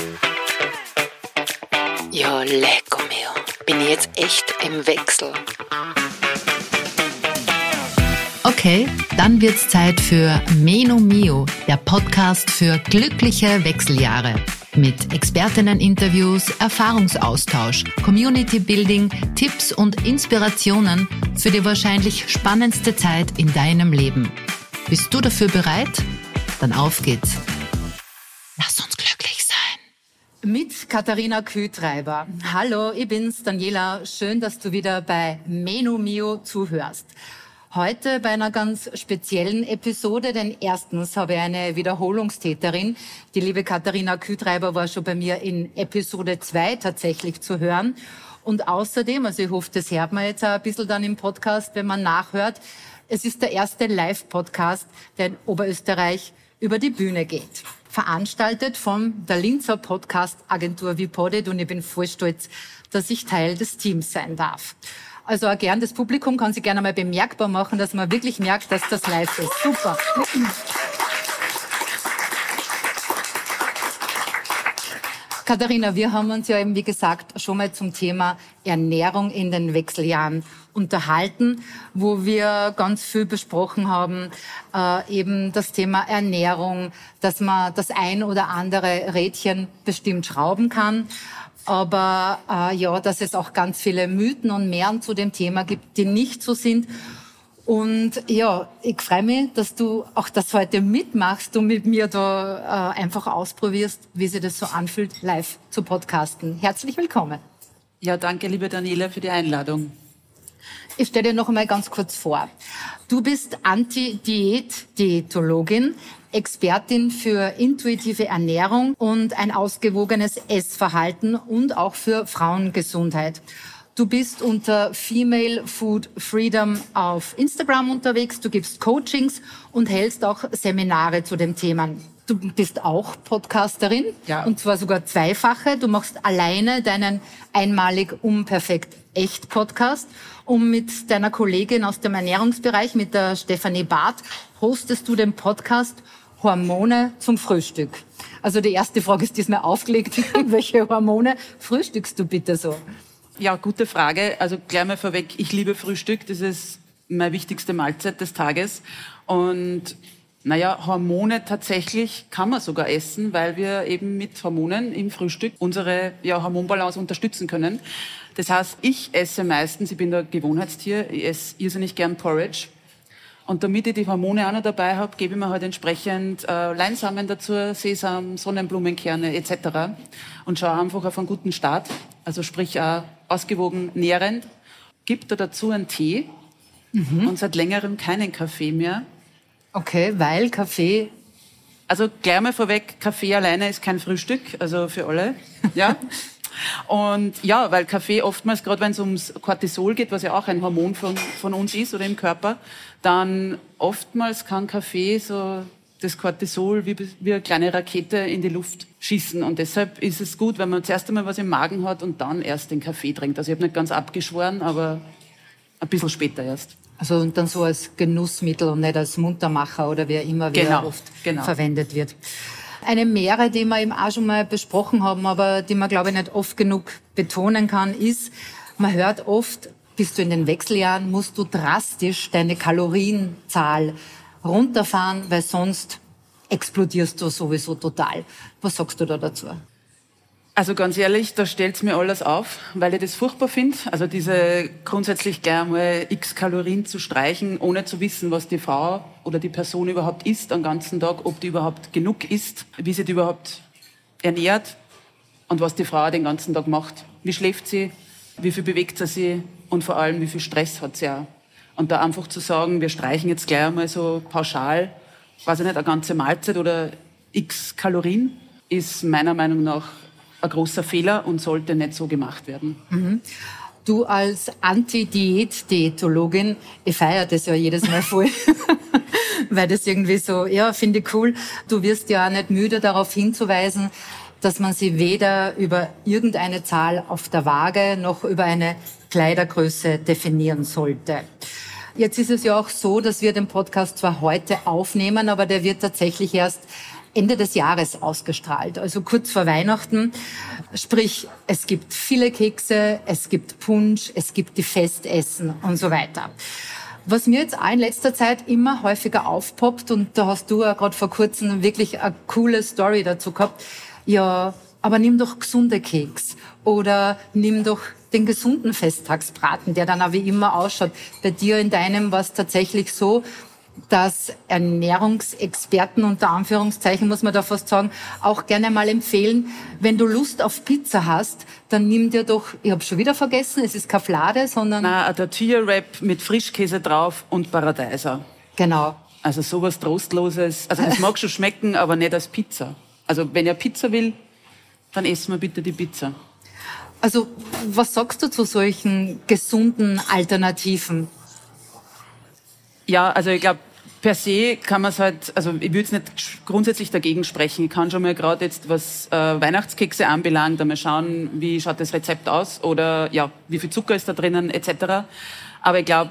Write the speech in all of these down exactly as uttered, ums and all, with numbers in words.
Ja, lecco mio. Bin ich jetzt echt im Wechsel. Okay, dann wird's Zeit für Meno Mio, der Podcast für glückliche Wechseljahre. Mit Expertinnen-Interviews, Erfahrungsaustausch, Community-Building, Tipps und Inspirationen für die wahrscheinlich spannendste Zeit in deinem Leben. Bist du dafür bereit? Dann auf geht's. Lass uns glücklich sein. Mit Katharina Kühtreiber. Hallo, ich bin's, Daniela. Schön, dass du wieder bei Meno Mio zuhörst. Heute bei einer ganz speziellen Episode, denn erstens habe ich eine Wiederholungstäterin. Die liebe Katharina Kühtreiber war schon bei mir in Episode zwei tatsächlich zu hören. Und außerdem, also ich hoffe, das hört man jetzt auch ein bisschen dann im Podcast, wenn man nachhört, es ist der erste Live-Podcast, der in Oberösterreich über die Bühne geht. Veranstaltet von der Linzer Podcast-Agentur Vipodit und ich bin voll stolz, dass ich Teil des Teams sein darf. Also auch gern, das Publikum kann sich gerne mal bemerkbar machen, dass man wirklich merkt, dass das live ist. Super. Katharina, wir haben uns ja eben, wie gesagt, schon mal zum Thema Ernährung in den Wechseljahren unterhalten, wo wir ganz viel besprochen haben, äh, eben das Thema Ernährung, dass man das ein oder andere Rädchen bestimmt schrauben kann. Aber äh, ja, dass es auch ganz viele Mythen und Märchen zu dem Thema gibt, die nicht so sind. Und ja, ich freue mich, dass du auch das heute mitmachst und mit mir da äh, einfach ausprobierst, wie sich das so anfühlt, live zu podcasten. Herzlich willkommen. Ja, danke, liebe Daniela, für die Einladung. Ich stelle dir noch einmal ganz kurz vor. Du bist Anti-Diät-Diätologin, Expertin für intuitive Ernährung und ein ausgewogenes Essverhalten und auch für Frauengesundheit. Du bist unter Female Food Freedom auf Instagram unterwegs, du gibst Coachings und hältst auch Seminare zu dem Thema. Du bist auch Podcasterin, ja. Und zwar sogar zweifache. Du machst alleine deinen einmalig unperfekt echt Podcast und mit deiner Kollegin aus dem Ernährungsbereich, mit der Stefanie Barth, hostest du den Podcast Hormone zum Frühstück. Also die erste Frage ist diesmal aufgelegt. Welche Hormone frühstückst du bitte so? Ja, gute Frage. Also gleich mal vorweg, ich liebe Frühstück. Das ist meine wichtigste Mahlzeit des Tages. Und naja, Hormone tatsächlich kann man sogar essen, weil wir eben mit Hormonen im Frühstück unsere ja, Hormonbalance unterstützen können. Das heißt, ich esse meistens, ich bin der Gewohnheitstier, ich esse irrsinnig gern Porridge. Und damit ich die Hormone auch noch dabei habe, gebe ich mir halt entsprechend äh, Leinsamen dazu, Sesam, Sonnenblumenkerne et cetera. Und schaue einfach auf einen guten Start, also sprich auch ausgewogen nährend. Gibt da dazu einen Tee mhm. und seit längerem keinen Kaffee mehr. Okay, weil Kaffee... Also gleich mal vorweg, Kaffee alleine ist kein Frühstück, also für alle. Ja. Und ja, weil Kaffee oftmals, gerade wenn es ums Cortisol geht, was ja auch ein Hormon von, von uns ist oder im Körper, dann oftmals kann Kaffee so das Cortisol wie, wie eine kleine Rakete in die Luft schießen. Und deshalb ist es gut, wenn man zuerst einmal was im Magen hat und dann erst den Kaffee trinkt. Also ich habe nicht ganz abgeschworen, aber ein bisschen später erst. Also und dann so als Genussmittel und nicht als Muntermacher oder wie immer wie genau, er oft genau. verwendet wird. Eine Meere, die wir eben auch schon mal besprochen haben, aber die man, glaube ich, nicht oft genug betonen kann, ist, man hört oft, bist du in den Wechseljahren, musst du drastisch deine Kalorienzahl runterfahren, weil sonst explodierst du sowieso total. Was sagst du da dazu? Also ganz ehrlich, da stellt's mir alles auf, weil ich das furchtbar finde. Also diese grundsätzlich gleich einmal x Kalorien zu streichen, ohne zu wissen, was die Frau oder die Person überhaupt isst am ganzen Tag, ob die überhaupt genug isst, wie sie die überhaupt ernährt und was die Frau den ganzen Tag macht. Wie schläft sie, wie viel bewegt sie sich und vor allem, wie viel Stress hat sie auch. Und da einfach zu sagen, wir streichen jetzt gleich einmal so pauschal, weiß ich nicht, eine ganze Mahlzeit oder x Kalorien, ist meiner Meinung nach ein großer Fehler und sollte nicht so gemacht werden. Mhm. Du als Anti-Diät-Diätologin, ich feiere das ja jedes Mal voll, weil das irgendwie so, ja, finde ich cool. Du wirst ja auch nicht müde darauf hinzuweisen, dass man sie weder über irgendeine Zahl auf der Waage noch über eine Kleidergröße definieren sollte. Jetzt ist es ja auch so, dass wir den Podcast zwar heute aufnehmen, aber der wird tatsächlich erst Ende des Jahres ausgestrahlt, also kurz vor Weihnachten. Sprich, es gibt viele Kekse, es gibt Punsch, es gibt die Festessen und so weiter. Was mir jetzt auch in letzter Zeit immer häufiger aufpoppt, und da hast du ja gerade vor kurzem wirklich eine coole Story dazu gehabt, ja, aber nimm doch gesunde Keks oder nimm doch den gesunden Festtagsbraten, der dann auch wie immer ausschaut. Bei dir in deinem war es tatsächlich so, dass Ernährungsexperten, unter Anführungszeichen muss man da fast sagen, auch gerne mal empfehlen, wenn du Lust auf Pizza hast, dann nimm dir doch, ich habe schon wieder vergessen, es ist keine Flade, sondern... Nein, ein Tortilla-Wrap mit Frischkäse drauf und Paradeiser. Genau. Also sowas Trostloses. Also das mag schon schmecken, aber nicht als Pizza. Also wenn ihr Pizza will, dann essen wir bitte die Pizza. Also was sagst du zu solchen gesunden Alternativen? Ja, also ich glaube, per se kann man es halt, also ich würde jetzt nicht grundsätzlich dagegen sprechen. Ich kann schon mal gerade jetzt, was äh, Weihnachtskekse anbelangt, einmal schauen, wie schaut das Rezept aus oder ja, wie viel Zucker ist da drinnen et cetera. Aber ich glaube,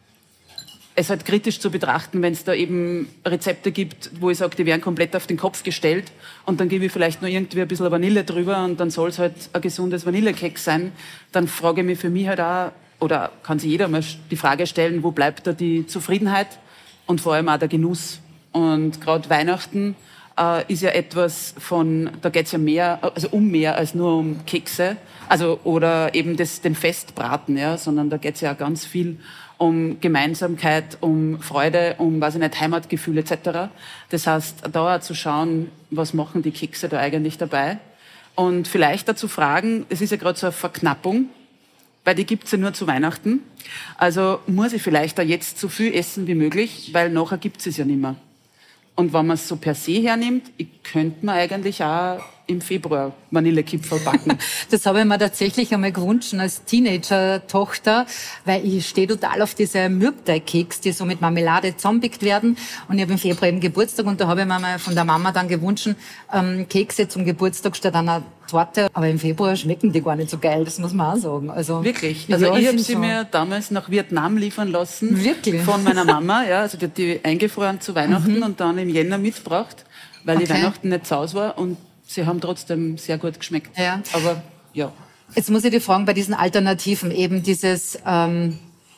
es halt kritisch zu betrachten, wenn es da eben Rezepte gibt, wo ich sage, die werden komplett auf den Kopf gestellt und dann gebe ich vielleicht nur irgendwie ein bisschen Vanille drüber und dann soll es halt ein gesundes Vanillekeks sein. Dann frage ich mich für mich halt auch, oder kann sich jeder mal die Frage stellen, wo bleibt da die Zufriedenheit und vor allem auch der Genuss. Und gerade Weihnachten äh, ist ja etwas von, da geht es ja mehr, also um mehr als nur um Kekse, also oder eben das, den Festbraten, ja, sondern da geht es ja ganz viel um Gemeinsamkeit, um Freude, um, weiß ich nicht, Heimatgefühl et cetera. Das heißt, da auch zu schauen, was machen die Kekse da eigentlich dabei. Und vielleicht dazu fragen, es ist ja gerade so eine Verknappung, weil die gibt's ja nur zu Weihnachten. Also muss ich vielleicht da jetzt so viel essen wie möglich, weil nachher gibt's es ja nicht mehr. Und wenn man es so per se hernimmt, ich könnte mir eigentlich auch im Februar Vanillekipferl backen. Das habe ich mir tatsächlich einmal gewünscht als Teenager-Tochter, weil ich stehe total auf diese Mürbeteigkeks, die so mit Marmelade zusammenbickt werden. Und ich habe im Februar eben Geburtstag und da habe ich mir mal von der Mama dann gewünscht, ähm, Kekse zum Geburtstag statt einer Torte. Aber im Februar schmecken die gar nicht so geil, das muss man auch sagen. Also, wirklich? Also ja, ich habe sie so. mir damals nach Vietnam liefern lassen. Wirklich? Von meiner Mama. Ja, also die hat die eingefroren zu Weihnachten mhm. und dann im Jänner mitgebracht, weil okay. die Weihnachten nicht zu Hause war und sie haben trotzdem sehr gut geschmeckt. Ja. Aber ja. Jetzt muss ich dich fragen, bei diesen Alternativen eben dieses, ähm,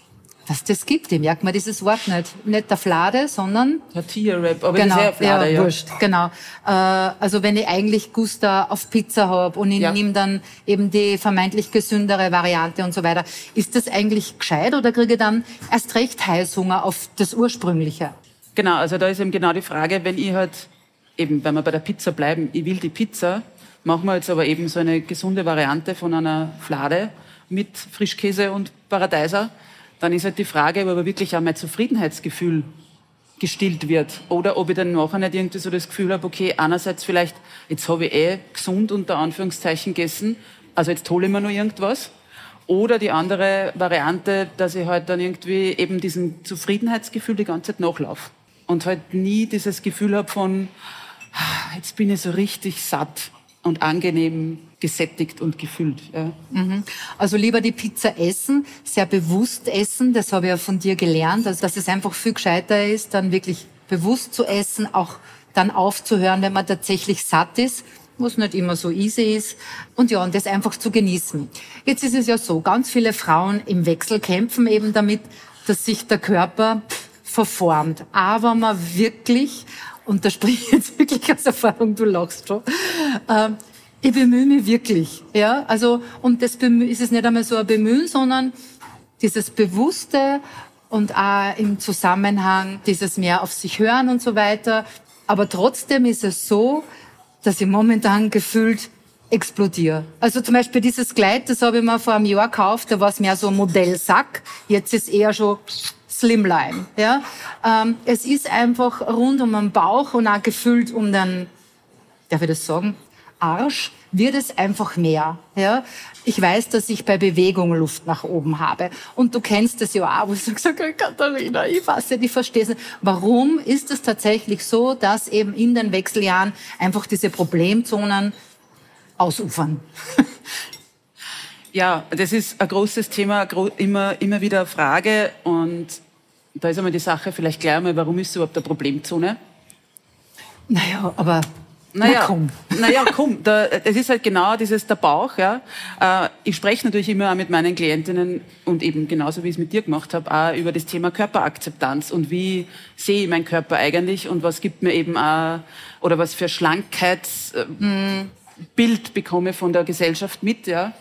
was das gibt, ich merke mir dieses Wort nicht. Nicht der Flade, sondern... Tortilla-Wrap, aber genau, das ist ja Flade, ja. ja. Wurscht, genau. Äh, also wenn ich eigentlich Gusta auf Pizza habe und ich ja. nehme dann eben die vermeintlich gesündere Variante und so weiter, ist das eigentlich gescheit oder kriege ich dann erst recht Heißhunger auf das Ursprüngliche? Genau, also da ist eben genau die Frage, wenn ich halt... Eben, wenn wir bei der Pizza bleiben, ich will die Pizza, machen wir jetzt aber eben so eine gesunde Variante von einer Flade mit Frischkäse und Paradeiser, dann ist halt die Frage, ob aber wirklich auch mein Zufriedenheitsgefühl gestillt wird. Oder ob ich dann nachher nicht irgendwie so das Gefühl habe, okay, einerseits vielleicht, jetzt habe ich eh gesund unter Anführungszeichen gegessen, also jetzt hole ich mir noch irgendwas. Oder die andere Variante, dass ich halt dann irgendwie eben diesen Zufriedenheitsgefühl die ganze Zeit nachlaufe. Und halt nie dieses Gefühl habe von, jetzt bin ich so richtig satt und angenehm gesättigt und gefüllt. Ja. Mhm. Also lieber die Pizza essen, sehr bewusst essen, das habe ich ja von dir gelernt, also dass es einfach viel gescheiter ist, dann wirklich bewusst zu essen, auch dann aufzuhören, wenn man tatsächlich satt ist, was nicht immer so easy ist. Und ja, und das einfach zu genießen. Jetzt ist es ja so, ganz viele Frauen im Wechsel kämpfen eben damit, dass sich der Körper verformt. Aber man wirklich, und da spreche ich jetzt wirklich aus Erfahrung, du lachst schon, äh, ich bemühe mich wirklich. Ja? Also, und das Bemühen ist es nicht einmal so ein Bemühen, sondern dieses Bewusste und auch im Zusammenhang dieses mehr auf sich hören und so weiter. Aber trotzdem ist es so, dass ich momentan gefühlt explodiere. Also zum Beispiel dieses Kleid, das habe ich mir vor einem Jahr gekauft, da war es mehr so ein Modellsack. Jetzt ist eher schon Slimline. Ja? Ähm, es ist einfach rund um den Bauch und auch gefüllt um den, darf ich das sagen, Arsch, wird es einfach mehr. Ja? Ich weiß, dass ich bei Bewegung Luft nach oben habe. Und du kennst das ja auch, wo ich so gesagt habe, Katharina, ich weiß nicht, ich verstehe es nicht. Warum ist es tatsächlich so, dass eben in den Wechseljahren einfach diese Problemzonen ausufern? Ja, das ist ein großes Thema, immer, immer wieder eine Frage. Und da ist einmal die Sache, vielleicht gleich einmal, warum ist es überhaupt eine Problemzone? Naja, aber Naja, na komm. Naja, komm, da, das ist halt genau dieses, der Bauch. Ja. Äh, ich spreche natürlich immer auch mit meinen Klientinnen und eben genauso, wie ich es mit dir gemacht habe, auch über das Thema Körperakzeptanz und wie sehe ich meinen Körper eigentlich und was gibt mir eben auch, oder was für Schlankheitsbild äh, bekomme ich von der Gesellschaft mit. Ja.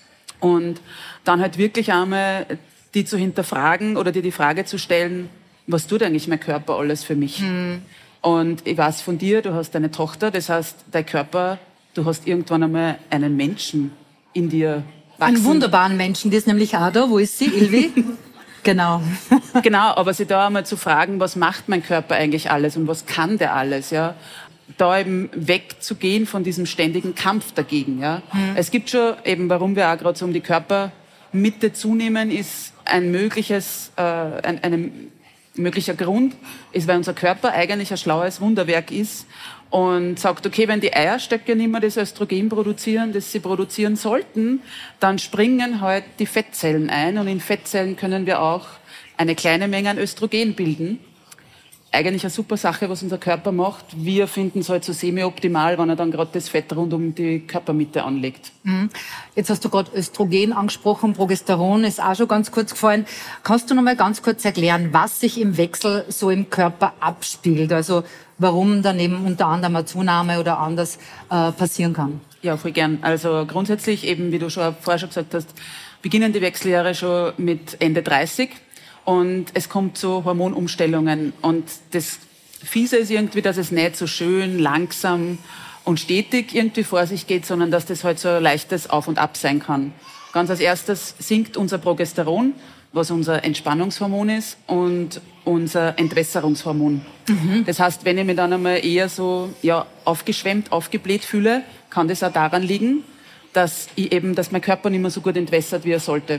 Und dann halt wirklich einmal die zu hinterfragen oder dir die Frage zu stellen, was tut eigentlich mein Körper alles für mich? Mhm. Und ich weiß von dir, du hast eine Tochter, das heißt, dein Körper, du hast irgendwann einmal einen Menschen in dir wachsen. Einen wunderbaren Menschen, die ist nämlich auch da. Wo ist sie, Ilvi? Genau. Genau, aber sich da einmal zu fragen, was macht mein Körper eigentlich alles und was kann der alles, ja? Da eben wegzugehen von diesem ständigen Kampf dagegen, ja? Mhm. Es gibt schon eben, warum wir auch gerade so um die Körpermitte zunehmen, ist ein mögliches, äh, ein, eine möglicher Grund ist, weil unser Körper eigentlich ein schlaues Wunderwerk ist und sagt, okay, wenn die Eierstöcke nicht mehr das Östrogen produzieren, das sie produzieren sollten, dann springen halt die Fettzellen ein und in Fettzellen können wir auch eine kleine Menge an Östrogen bilden. Eigentlich eine super Sache, was unser Körper macht. Wir finden es halt so semi-optimal, wenn er dann gerade das Fett rund um die Körpermitte anlegt. Jetzt hast du gerade Östrogen angesprochen, Progesteron ist auch schon ganz kurz gefallen. Kannst du noch mal ganz kurz erklären, was sich im Wechsel so im Körper abspielt? Also warum daneben unter anderem eine Zunahme oder anders äh, passieren kann? Ja, voll gern. Also grundsätzlich eben, wie du schon vorher schon gesagt hast, beginnen die Wechseljahre schon mit Ende dreißig. Und es kommt zu Hormonumstellungen. Und das Fiese ist irgendwie, dass es nicht so schön, langsam und stetig irgendwie vor sich geht, sondern dass das halt so ein leichtes Auf und Ab sein kann. Ganz als erstes sinkt unser Progesteron, was unser Entspannungshormon ist, und unser Entwässerungshormon. Mhm. Das heißt, wenn ich mich dann einmal eher so ja, aufgeschwemmt, aufgebläht fühle, kann das auch daran liegen, dass ich eben, dass mein Körper nicht mehr so gut entwässert, wie er sollte.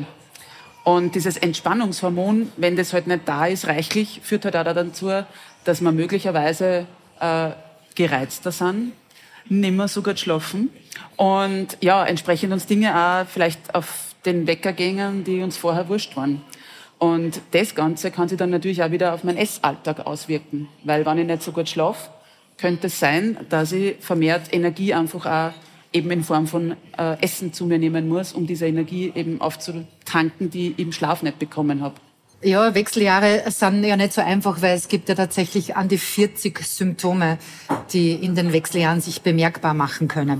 Und dieses Entspannungshormon, wenn das halt nicht da ist, reichlich, führt halt auch dazu, dass wir möglicherweise äh, gereizter sind, nicht mehr so gut schlafen und ja, entsprechend uns Dinge auch vielleicht auf den Wecker gehen, die uns vorher wurscht waren. Und das Ganze kann sich dann natürlich auch wieder auf meinen Essalltag auswirken, weil wenn ich nicht so gut schlafe, könnte es sein, dass ich vermehrt Energie einfach auch eben in Form von äh, Essen zu mir nehmen muss, um diese Energie eben aufzutanken, die ich im Schlaf nicht bekommen habe. Ja, Wechseljahre sind ja nicht so einfach, weil es gibt ja tatsächlich an die vierzig Symptome, die in den Wechseljahren sich bemerkbar machen können.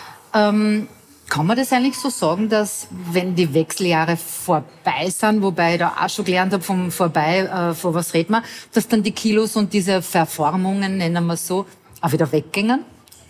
Ähm, kann man das eigentlich so sagen, dass wenn die Wechseljahre vorbei sind, wobei ich da auch schon gelernt habe, vom vorbei, äh, von was redet man, dass dann die Kilos und diese Verformungen, nennen wir es so, auch wieder weggingen?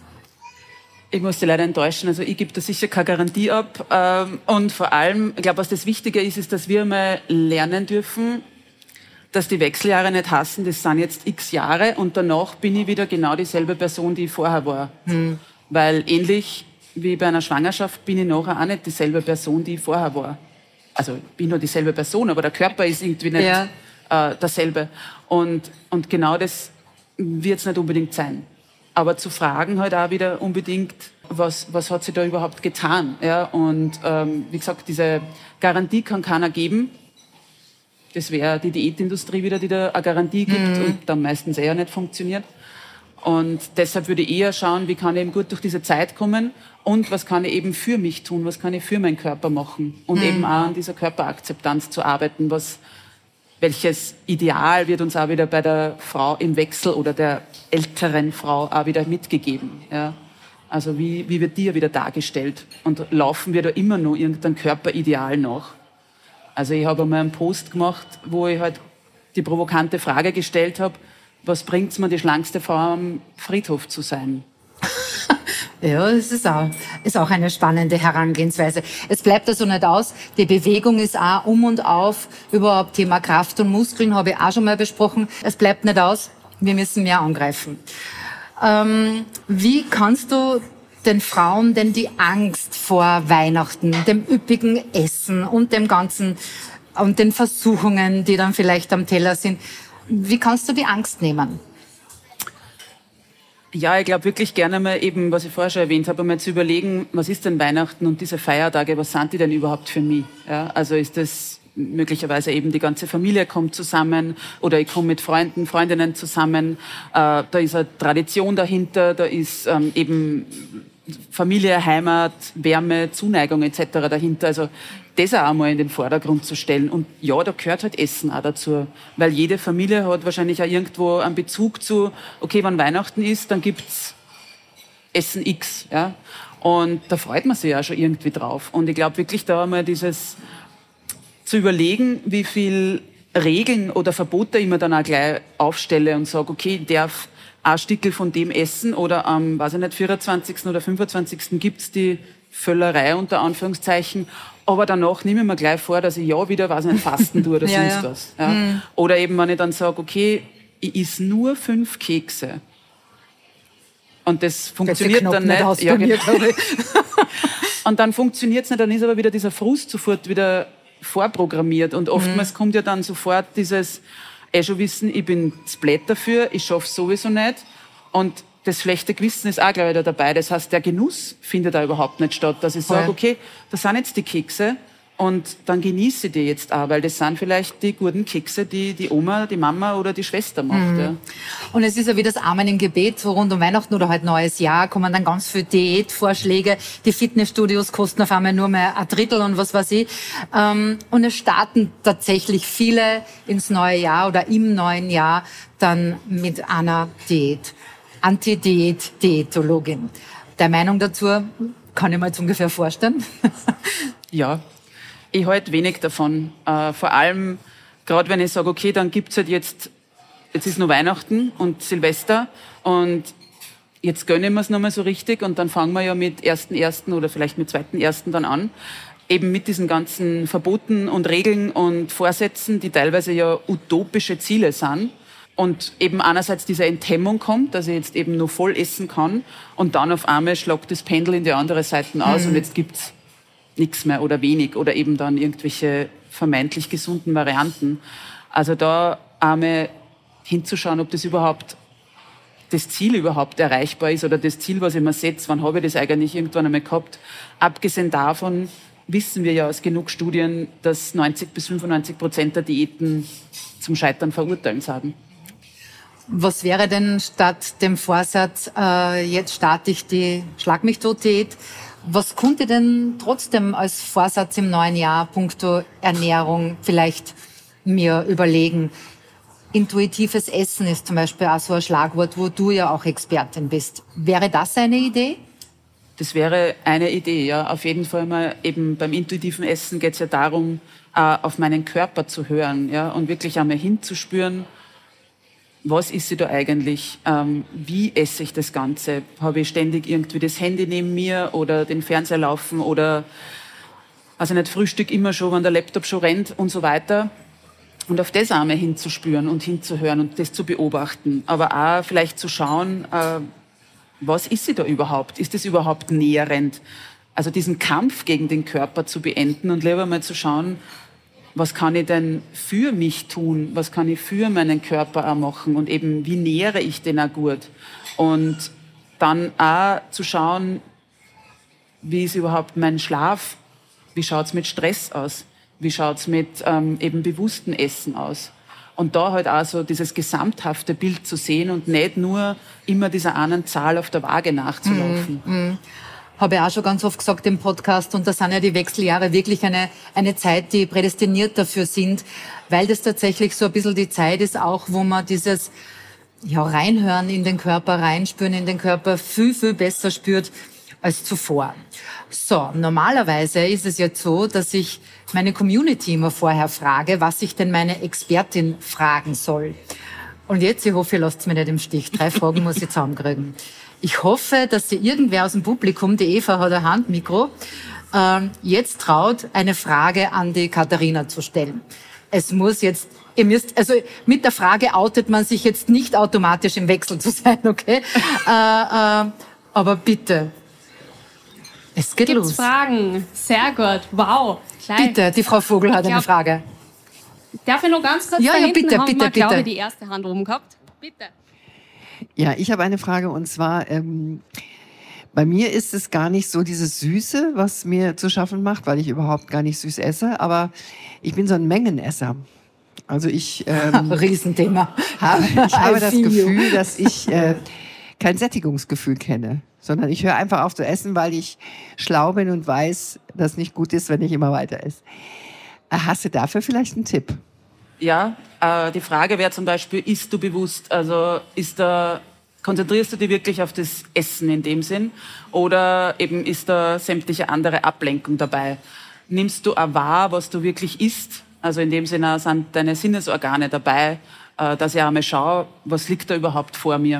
Ich muss dich leider enttäuschen. Also ich gebe da sicher keine Garantie ab. Und vor allem, ich glaube, was das Wichtige ist, ist, dass wir mal lernen dürfen, dass die Wechseljahre nicht hassen, das sind jetzt x Jahre und danach bin ich wieder genau dieselbe Person, die ich vorher war. Hm. Weil ähnlich wie bei einer Schwangerschaft bin ich nachher auch nicht dieselbe Person, die ich vorher war. Also ich bin nur dieselbe Person, aber der Körper ist irgendwie nicht ja. äh, derselbe. Und, und genau das wird es nicht unbedingt sein. Aber zu fragen halt auch wieder unbedingt, was, was hat sie da überhaupt getan? Ja, und ähm, wie gesagt, diese Garantie kann keiner geben. Das wäre die Diätindustrie wieder, die da eine Garantie gibt mhm. und dann meistens eher nicht funktioniert. Und deshalb würde ich eher schauen, wie kann ich eben gut durch diese Zeit kommen und was kann ich eben für mich tun, was kann ich für meinen Körper machen und mhm. eben auch an dieser Körperakzeptanz zu arbeiten, was welches Ideal wird uns auch wieder bei der Frau im Wechsel oder der älteren Frau auch wieder mitgegeben. Ja? Also wie, wie wird die ja wieder dargestellt? Und laufen wir da immer noch irgendein Körperideal nach? Also ich habe einmal einen Post gemacht, wo ich halt die provokante Frage gestellt habe, was bringt's mir, die schlankste Frau am Friedhof zu sein? Ja, das ist auch, ist auch eine spannende Herangehensweise. Es bleibt also nicht aus. Die Bewegung ist auch um und auf. Überhaupt Thema Kraft und Muskeln habe ich auch schon mal besprochen. Es bleibt nicht aus. Wir müssen mehr angreifen. Ähm, wie kannst du den Frauen denn die Angst vor Weihnachten, dem üppigen Essen und dem ganzen, und den Versuchungen, die dann vielleicht am Teller sind, wie kannst du die Angst nehmen? Ja, ich glaube wirklich gerne mal eben, was ich vorher schon erwähnt habe, mal zu überlegen, was ist denn Weihnachten und diese Feiertage, was sind die denn überhaupt für mich? Ja, also ist das möglicherweise eben die ganze Familie kommt zusammen oder ich komme mit Freunden, Freundinnen zusammen. Äh, da ist eine Tradition dahinter, da ist ähm, eben Familie, Heimat, Wärme, Zuneigung et cetera dahinter. Also das auch einmal in den Vordergrund zu stellen. Und ja, da gehört halt Essen auch dazu. Weil jede Familie hat wahrscheinlich auch irgendwo einen Bezug zu, okay, wenn Weihnachten ist, dann gibt's Essen X. Ja? Und da freut man sich ja schon irgendwie drauf. Und ich glaube wirklich da einmal dieses zu überlegen, wie viel Regeln oder Verbote ich mir dann auch gleich aufstelle und sage, okay, ich darf ein Stückel von dem essen oder am, weiß ich nicht, vierundzwanzigsten oder fünfundzwanzigsten gibt's die Völlerei unter Anführungszeichen, aber danach nehme ich mir gleich vor, dass ich ja wieder, weiß ich nicht, fasten tue oder ja, sonst ja. was. Ja. Mhm. Oder eben, wenn ich dann sage, okay, ich esse nur fünf Kekse. Und das funktioniert das dann nicht. nicht Ja, mir, genau. Und dann funktioniert's nicht, dann ist aber wieder dieser Frust sofort wieder vorprogrammiert. Und oftmals mhm. kommt ja dann sofort dieses, eh schon wissen, ich bin spät dafür, ich schaff's sowieso nicht. Und das schlechte Gewissen ist auch gleich wieder dabei. Das heißt, der Genuss findet da überhaupt nicht statt. Dass ich sage, okay, das sind jetzt die Kekse und dann genieße ich die jetzt auch, weil das sind vielleicht die guten Kekse, die die Oma, die Mama oder die Schwester macht. Mhm. Ja. Und es ist ja wie das Amen im Gebet, so rund um Weihnachten oder halt neues Jahr kommen dann ganz viele Diätvorschläge. Die Fitnessstudios kosten auf einmal nur mehr ein Drittel und was weiß ich. Und es starten tatsächlich viele ins neue Jahr oder im neuen Jahr dann mit einer Diät. Anti-Diät-Diätologin. Der Meinung dazu kann ich mir jetzt ungefähr vorstellen. Ja, ich halte wenig davon. Äh, vor allem, gerade wenn ich sage, okay, dann gibt's halt jetzt, jetzt ist noch Weihnachten und Silvester und jetzt gönnen wir es nochmal so richtig und dann fangen wir ja mit ersten ersten oder vielleicht mit zweiten ersten dann an. Eben mit diesen ganzen Verboten und Regeln und Vorsätzen, die teilweise ja utopische Ziele sind. Und eben einerseits diese Enthemmung kommt, dass ich jetzt eben nur voll essen kann und dann auf einmal schlagt das Pendel in die andere Seite aus mhm. und jetzt gibt's nichts mehr oder wenig oder eben dann irgendwelche vermeintlich gesunden Varianten. Also da einmal hinzuschauen, ob das überhaupt das Ziel überhaupt erreichbar ist oder das Ziel, was ich mir setze, wann habe ich das eigentlich irgendwann einmal gehabt. Abgesehen davon wissen wir ja aus genug Studien, dass neunzig bis fünfundneunzig Prozent der Diäten zum Scheitern verurteilen sind. Was wäre denn statt dem Vorsatz, äh, jetzt starte ich die Schlag-mich-tot-Diät, was könnte denn trotzdem als Vorsatz im neuen Jahr punkto Ernährung vielleicht mir überlegen? Intuitives Essen ist zum Beispiel auch so ein Schlagwort, wo du ja auch Expertin bist. Wäre das eine Idee? Das wäre eine Idee, ja. Auf jeden Fall mal eben beim intuitiven Essen geht es ja darum, äh, auf meinen Körper zu hören, ja, und wirklich einmal hinzuspüren, was ist sie da eigentlich? Ähm, wie esse ich das Ganze? Habe ich ständig irgendwie das Handy neben mir oder den Fernseher laufen oder, also nicht Frühstück immer schon, wenn der Laptop schon rennt und so weiter. Und auf das einmal hinzuspüren und hinzuhören und das zu beobachten. Aber auch vielleicht zu schauen, äh, was ist sie da überhaupt? Ist das überhaupt nährend? Also diesen Kampf gegen den Körper zu beenden und lieber mal zu schauen, was kann ich denn für mich tun? Was kann ich für meinen Körper auch machen? Und eben, wie nähere ich den auch gut? Und dann auch zu schauen, wie ist überhaupt mein Schlaf? Wie schaut's mit Stress aus? Wie schaut's mit ähm, eben bewusstem Essen aus? Und da halt auch so dieses gesamthafte Bild zu sehen und nicht nur immer dieser einen Zahl auf der Waage nachzulaufen. Mm, mm. Habe ich auch schon ganz oft gesagt im Podcast. Und da sind ja die Wechseljahre wirklich eine, eine Zeit, die prädestiniert dafür sind, weil das tatsächlich so ein bisschen die Zeit ist auch, wo man dieses ja, reinhören in den Körper, reinspüren in den Körper viel, viel besser spürt als zuvor. So, normalerweise ist es jetzt so, dass ich meine Community immer vorher frage, was ich denn meine Expertin fragen soll. Und jetzt, ich hoffe, ihr lasst mich nicht im Stich. Drei Fragen muss ich zusammenkriegen. Ich hoffe, dass sich irgendwer aus dem Publikum, die Eva hat ein Handmikro, äh, jetzt traut, eine Frage an die Katharina zu stellen. Es muss jetzt, ihr müsst, also mit der Frage outet man sich jetzt nicht automatisch im Wechsel zu sein, okay? äh, äh, aber bitte. Es geht Gibt's los. Fragen? Sehr gut. Wow. Gleich. Bitte, die Frau Vogel hat glaub, eine Frage. Darf ich noch ganz kurz ja, da ja, hinten bitte, haben bitte, wir, bitte. glaube ich, die erste Hand oben gehabt. Bitte. Ja, ich habe eine Frage und zwar, ähm, Bei mir ist es gar nicht so dieses Süße, was mir zu schaffen macht, weil ich überhaupt gar nicht süß esse. Aber ich bin so ein Mengenesser. Also ich ähm, Riesenthema. habe, ich habe das I see you. Gefühl, dass ich äh, kein Sättigungsgefühl kenne, sondern ich höre einfach auf zu essen, weil ich schlau bin und weiß, dass nicht gut ist, wenn ich immer weiter esse. Äh, Hast du dafür vielleicht einen Tipp? Ja, äh, die Frage wäre zum Beispiel, isst du bewusst? Also ist da, konzentrierst du dich wirklich auf das Essen in dem Sinn? Oder eben ist da sämtliche andere Ablenkung dabei? Nimmst du auch wahr, was du wirklich isst? Also in dem Sinne sind deine Sinnesorgane dabei, äh, dass ich auch mal schaue, was liegt da überhaupt vor mir?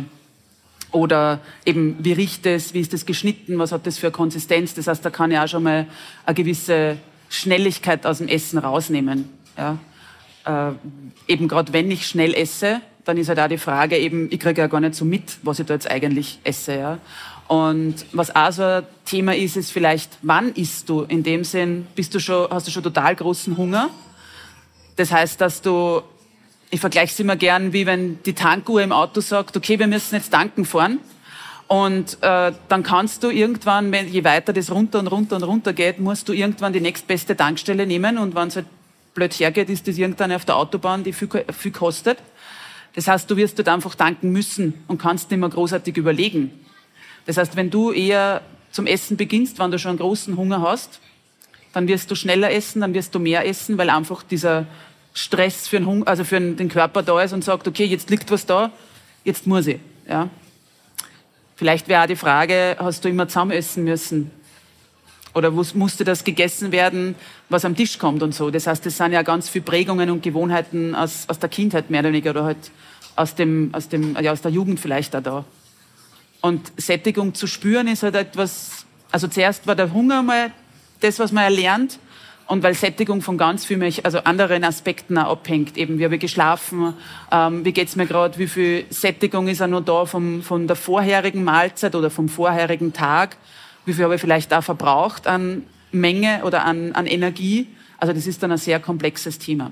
Oder eben, wie riecht es, wie ist das geschnitten, was hat das für eine Konsistenz? Das heißt, da kann ich auch schon mal eine gewisse Schnelligkeit aus dem Essen rausnehmen. Ja? Äh, eben gerade wenn ich schnell esse, dann ist halt auch die Frage eben, ich kriege ja gar nicht so mit, was ich da jetzt eigentlich esse. Ja? Und was auch so ein Thema ist, ist vielleicht, wann isst du? In dem Sinn, bist du schon, hast du schon total großen Hunger? Das heißt, dass du, ich vergleiche es immer gern, wie wenn die Tankuhr im Auto sagt, okay, wir müssen jetzt tanken fahren. Und äh, dann kannst du irgendwann, wenn, je weiter das runter und runter und runter geht, musst du irgendwann die nächstbeste Tankstelle nehmen. Und wenn es halt blöd hergeht, ist das irgendwann auf der Autobahn, die viel, viel kostet. Das heißt, du wirst dort einfach tanken müssen und kannst nicht mehr großartig überlegen. Das heißt, wenn du eher zum Essen beginnst, wenn du schon einen großen Hunger hast, dann wirst du schneller essen, dann wirst du mehr essen, weil einfach dieser Stress für den, Hunger, also für den Körper da ist und sagt, okay, jetzt liegt was da, jetzt muss ich. Ja. Vielleicht wäre auch die Frage, hast du immer zusammen essen müssen? Oder musste das gegessen werden, was am Tisch kommt und so? Das heißt, das sind ja ganz viele Prägungen und Gewohnheiten aus, aus der Kindheit mehr oder weniger oder halt aus, dem, aus, dem, ja, aus der Jugend vielleicht auch da. Und Sättigung zu spüren ist halt etwas, also zuerst war der Hunger mal das, was man erlernt. Und weil Sättigung von ganz vielen, also anderen Aspekten auch abhängt. Eben, wie habe ich geschlafen, ähm, wie geht's mir gerade, wie viel Sättigung ist auch noch da vom, von der vorherigen Mahlzeit oder vom vorherigen Tag. Wie viel habe ich vielleicht auch verbraucht an Menge oder an, an Energie. Also das ist dann ein sehr komplexes Thema.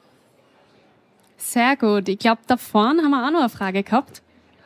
Sehr gut. Ich glaube, da vorne haben wir auch noch eine Frage gehabt.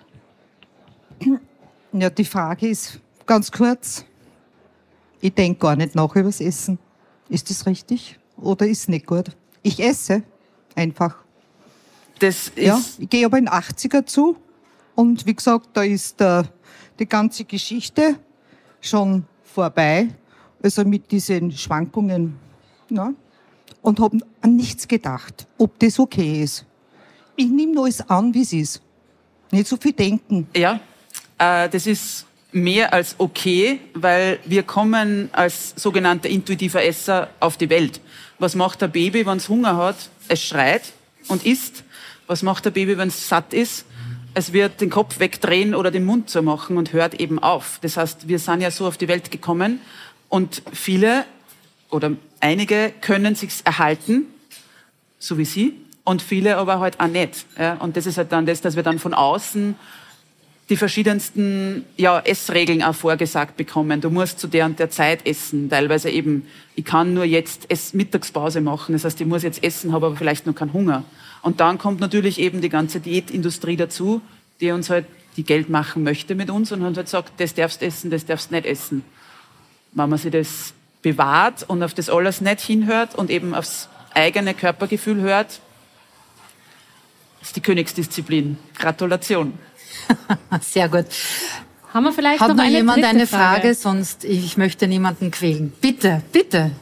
Ja, die Frage ist ganz kurz. Ich denke gar nicht nach über das Essen. Ist das richtig oder ist nicht gut? Ich esse einfach. Das ist ja, ich gehe aber in achtziger zu und wie gesagt, da ist äh, die ganze Geschichte schon vorbei, also mit diesen Schwankungen. Ja, und habe an nichts gedacht, ob das okay ist. Ich nehme alles an, wie es ist. Nicht so viel denken. Ja, äh, das ist mehr als okay, weil wir kommen als sogenannter intuitiver Esser auf die Welt. Was macht ein Baby, wenn es Hunger hat? Es schreit und isst. Was macht ein Baby, wenn es satt ist? Es wird den Kopf wegdrehen oder den Mund zumachen und hört eben auf. Das heißt, wir sind ja so auf die Welt gekommen und viele oder einige können sich's erhalten, so wie Sie, und viele aber halt auch nicht. Ja, und das ist halt dann das, dass wir dann von außen die verschiedensten ja, Essregeln auch vorgesagt bekommen. Du musst zu der und der Zeit essen. Teilweise eben, ich kann nur jetzt Ess- Mittagspause machen. Das heißt, ich muss jetzt essen, habe aber vielleicht noch keinen Hunger. Und dann kommt natürlich eben die ganze Diätindustrie dazu, die uns halt die Geld machen möchte mit uns und halt sagt, das darfst essen, das darfst nicht essen. Wenn man sich das bewahrt und auf das alles nicht hinhört und eben aufs eigene Körpergefühl hört, ist die Königsdisziplin. Gratulation. Sehr gut. Haben wir vielleicht Hat noch noch eine jemand dritte eine Frage? Frage? Sonst, ich möchte niemanden quälen. Bitte, bitte.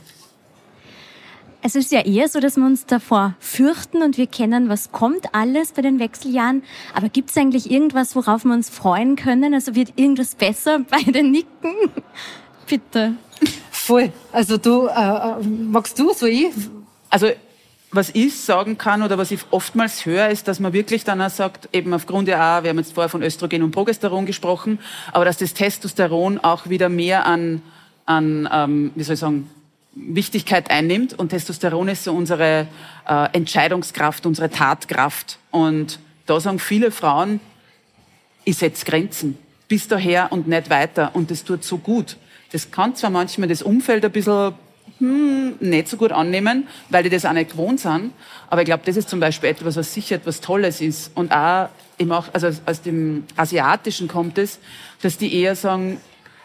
Es ist ja eher so, dass wir uns davor fürchten und wir kennen, was kommt alles bei den Wechseljahren. Aber gibt es eigentlich irgendwas, worauf wir uns freuen können? Also wird irgendwas besser bei den Nicken? Bitte. Voll. Also du, äh, magst du, so ich? Also was ich sagen kann oder was ich oftmals höre, ist, dass man wirklich dann auch sagt, eben aufgrund ja auch, wir haben jetzt vorher von Östrogen und Progesteron gesprochen, aber dass das Testosteron auch wieder mehr an, an ähm, wie soll ich sagen, Wichtigkeit einnimmt. Und Testosteron ist so unsere äh, Entscheidungskraft, unsere Tatkraft. Und da sagen viele Frauen, ich setze Grenzen. Bis daher und nicht weiter. Und das tut so gut. Das kann zwar manchmal das Umfeld ein bisschen hm, nicht so gut annehmen, weil die das auch nicht gewohnt sind. Aber ich glaube, das ist zum Beispiel etwas, was sicher etwas Tolles ist. Und auch, eben auch also aus dem Asiatischen kommt es, dass die eher sagen,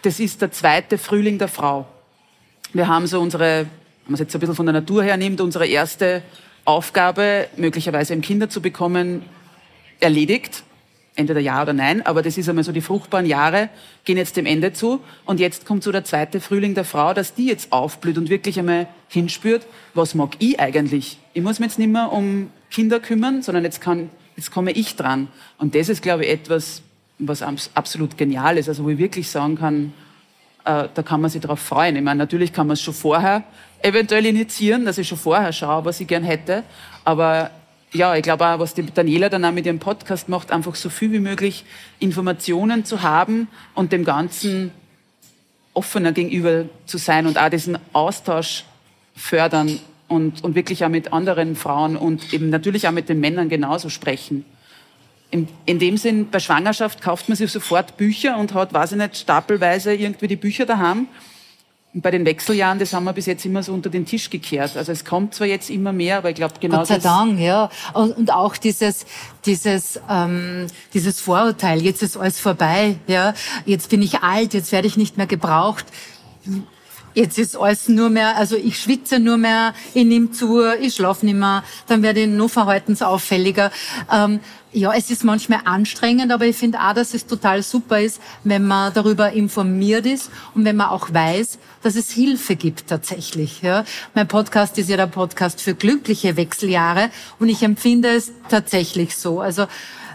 das ist der zweite Frühling der Frau. Wir haben so unsere, wenn man es jetzt ein bisschen von der Natur her nimmt, unsere erste Aufgabe, möglicherweise eben Kinder zu bekommen, erledigt. Entweder ja oder nein, aber das ist einmal so, die fruchtbaren Jahre gehen jetzt dem Ende zu. Und jetzt kommt so der zweite Frühling der Frau, dass die jetzt aufblüht und wirklich einmal hinspürt, was mag ich eigentlich? Ich muss mich jetzt nicht mehr um Kinder kümmern, sondern jetzt, kann, jetzt komme ich dran. Und das ist, glaube ich, etwas, was absolut genial ist. Also wo ich wirklich sagen kann, äh, da kann man sich darauf freuen. Ich meine, natürlich kann man es schon vorher eventuell initiieren, dass ich schon vorher schaue, was ich gern hätte. Aber ja, ich glaube auch, was die Daniela dann auch mit ihrem Podcast macht, einfach so viel wie möglich Informationen zu haben und dem Ganzen offener gegenüber zu sein und auch diesen Austausch fördern und, und wirklich auch mit anderen Frauen und eben natürlich auch mit den Männern genauso sprechen. In, in dem Sinn, bei Schwangerschaft kauft man sich sofort Bücher und hat, weiß ich nicht, stapelweise irgendwie die Bücher daheim. Und bei den Wechseljahren, das haben wir bis jetzt immer so unter den Tisch gekehrt. Also es kommt zwar jetzt immer mehr, aber ich glaube genau Gott sei das... Dank, ja. Und, und auch dieses, dieses, ähm, dieses Vorurteil, jetzt ist alles vorbei, ja. Jetzt bin ich alt, jetzt werde ich nicht mehr gebraucht. Jetzt ist alles nur mehr, also ich schwitze nur mehr, ich nehme zu, ich schlafe nicht mehr, dann werde ich noch verhaltensauffälliger. Ähm, ja, es ist manchmal anstrengend, aber ich finde auch, dass es total super ist, wenn man darüber informiert ist und wenn man auch weiß, dass es Hilfe gibt tatsächlich. Ja. Mein Podcast ist ja der Podcast für glückliche Wechseljahre und ich empfinde es tatsächlich so. Also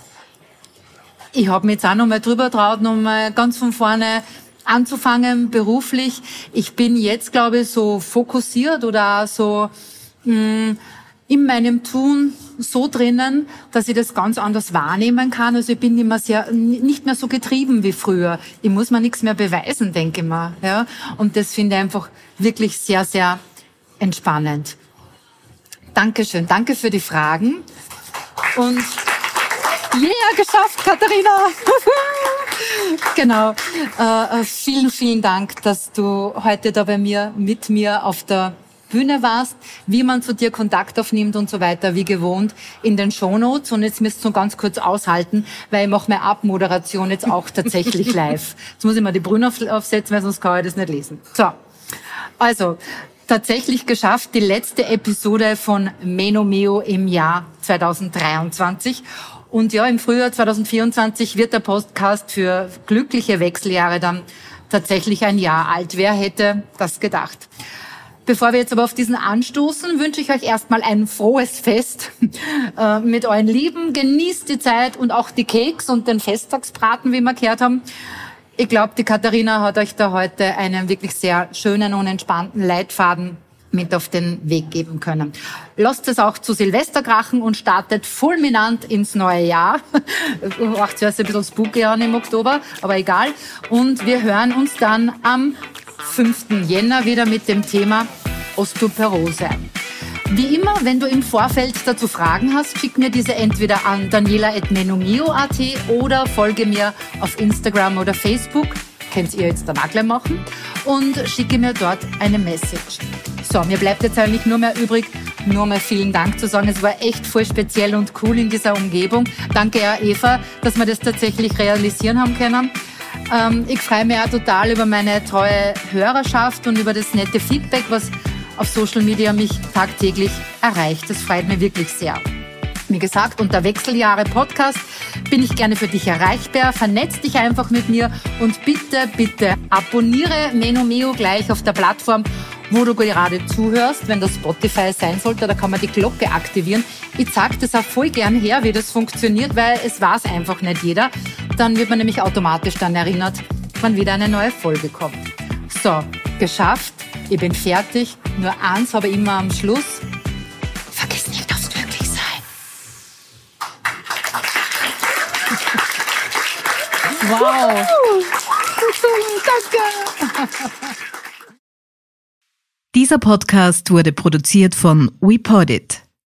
ich habe mich jetzt auch noch mal drüber traut, noch mal ganz von vorne anzufangen beruflich. Ich bin jetzt, glaube ich, so fokussiert oder so mh, in meinem Tun so drinnen, dass ich das ganz anders wahrnehmen kann. Also ich bin immer sehr, nicht mehr so getrieben wie früher. Ich muss mir nichts mehr beweisen, denke ich mal. Ja? Und das finde ich einfach wirklich sehr, sehr entspannend. Dankeschön. Danke für die Fragen. Und yeah, geschafft, Katharina! Genau. Äh, vielen, vielen Dank, dass du heute da bei mir, mit mir auf der Bühne warst, wie man zu dir Kontakt aufnimmt und so weiter, wie gewohnt, in den Shownotes. Und jetzt müsst ihr ganz kurz aushalten, weil ich mache meine Abmoderation jetzt auch tatsächlich live. Jetzt muss ich mal die Brille auf, aufsetzen, weil sonst kann ich das nicht lesen. So, also tatsächlich geschafft, die letzte Episode von Menomeo im Jahr zweitausenddreiundzwanzig. Und ja, im Frühjahr zweitausendvierundzwanzig wird der Podcast für glückliche Wechseljahre dann tatsächlich ein Jahr alt. Wer hätte das gedacht? Bevor wir jetzt aber auf diesen anstoßen, wünsche ich euch erstmal ein frohes Fest äh, mit euren Lieben. Genießt die Zeit und auch die Keks und den Festtagsbraten, wie wir gehört haben. Ich glaube, die Katharina hat euch da heute einen wirklich sehr schönen und entspannten Leitfaden mit auf den Weg geben können. Lasst es auch zu Silvester krachen und startet fulminant ins neue Jahr. Macht zuerst ein bisschen spooky an im Oktober, aber egal. Und wir hören uns dann am fünften Jänner wieder mit dem Thema Osteoporose. Wie immer, wenn du im Vorfeld dazu Fragen hast, schick mir diese entweder an daniela at menomio punkt at oder folge mir auf Instagram oder Facebook. Könnt ihr jetzt dann auch gleich machen. Und schicke mir dort eine Message. So, mir bleibt jetzt eigentlich nur mehr übrig, nur mal vielen Dank zu sagen. Es war echt voll speziell und cool in dieser Umgebung. Danke, ja, Eva, dass wir das tatsächlich realisieren haben können. Ähm, ich freue mich auch total über meine treue Hörerschaft und über das nette Feedback, was auf Social Media mich tagtäglich erreicht. Das freut mich wirklich sehr. Wie gesagt, unter Wechseljahre Podcast bin ich gerne für dich erreichbar. Vernetz dich einfach mit mir und bitte, bitte abonniere Menomeo gleich auf der Plattform, wo du gerade zuhörst. Wenn das Spotify sein sollte, da kann man die Glocke aktivieren. Ich zeige das auch voll gern her, wie das funktioniert, weil es weiß einfach nicht jeder. Dann wird man nämlich automatisch dann erinnert, wann wieder eine neue Folge kommt. So, geschafft. Ich bin fertig. Nur eins habe ich immer am Schluss. Vergiss nicht aufs Glücklichsein. Wow. Danke. Dieser Podcast wurde produziert von WePodit.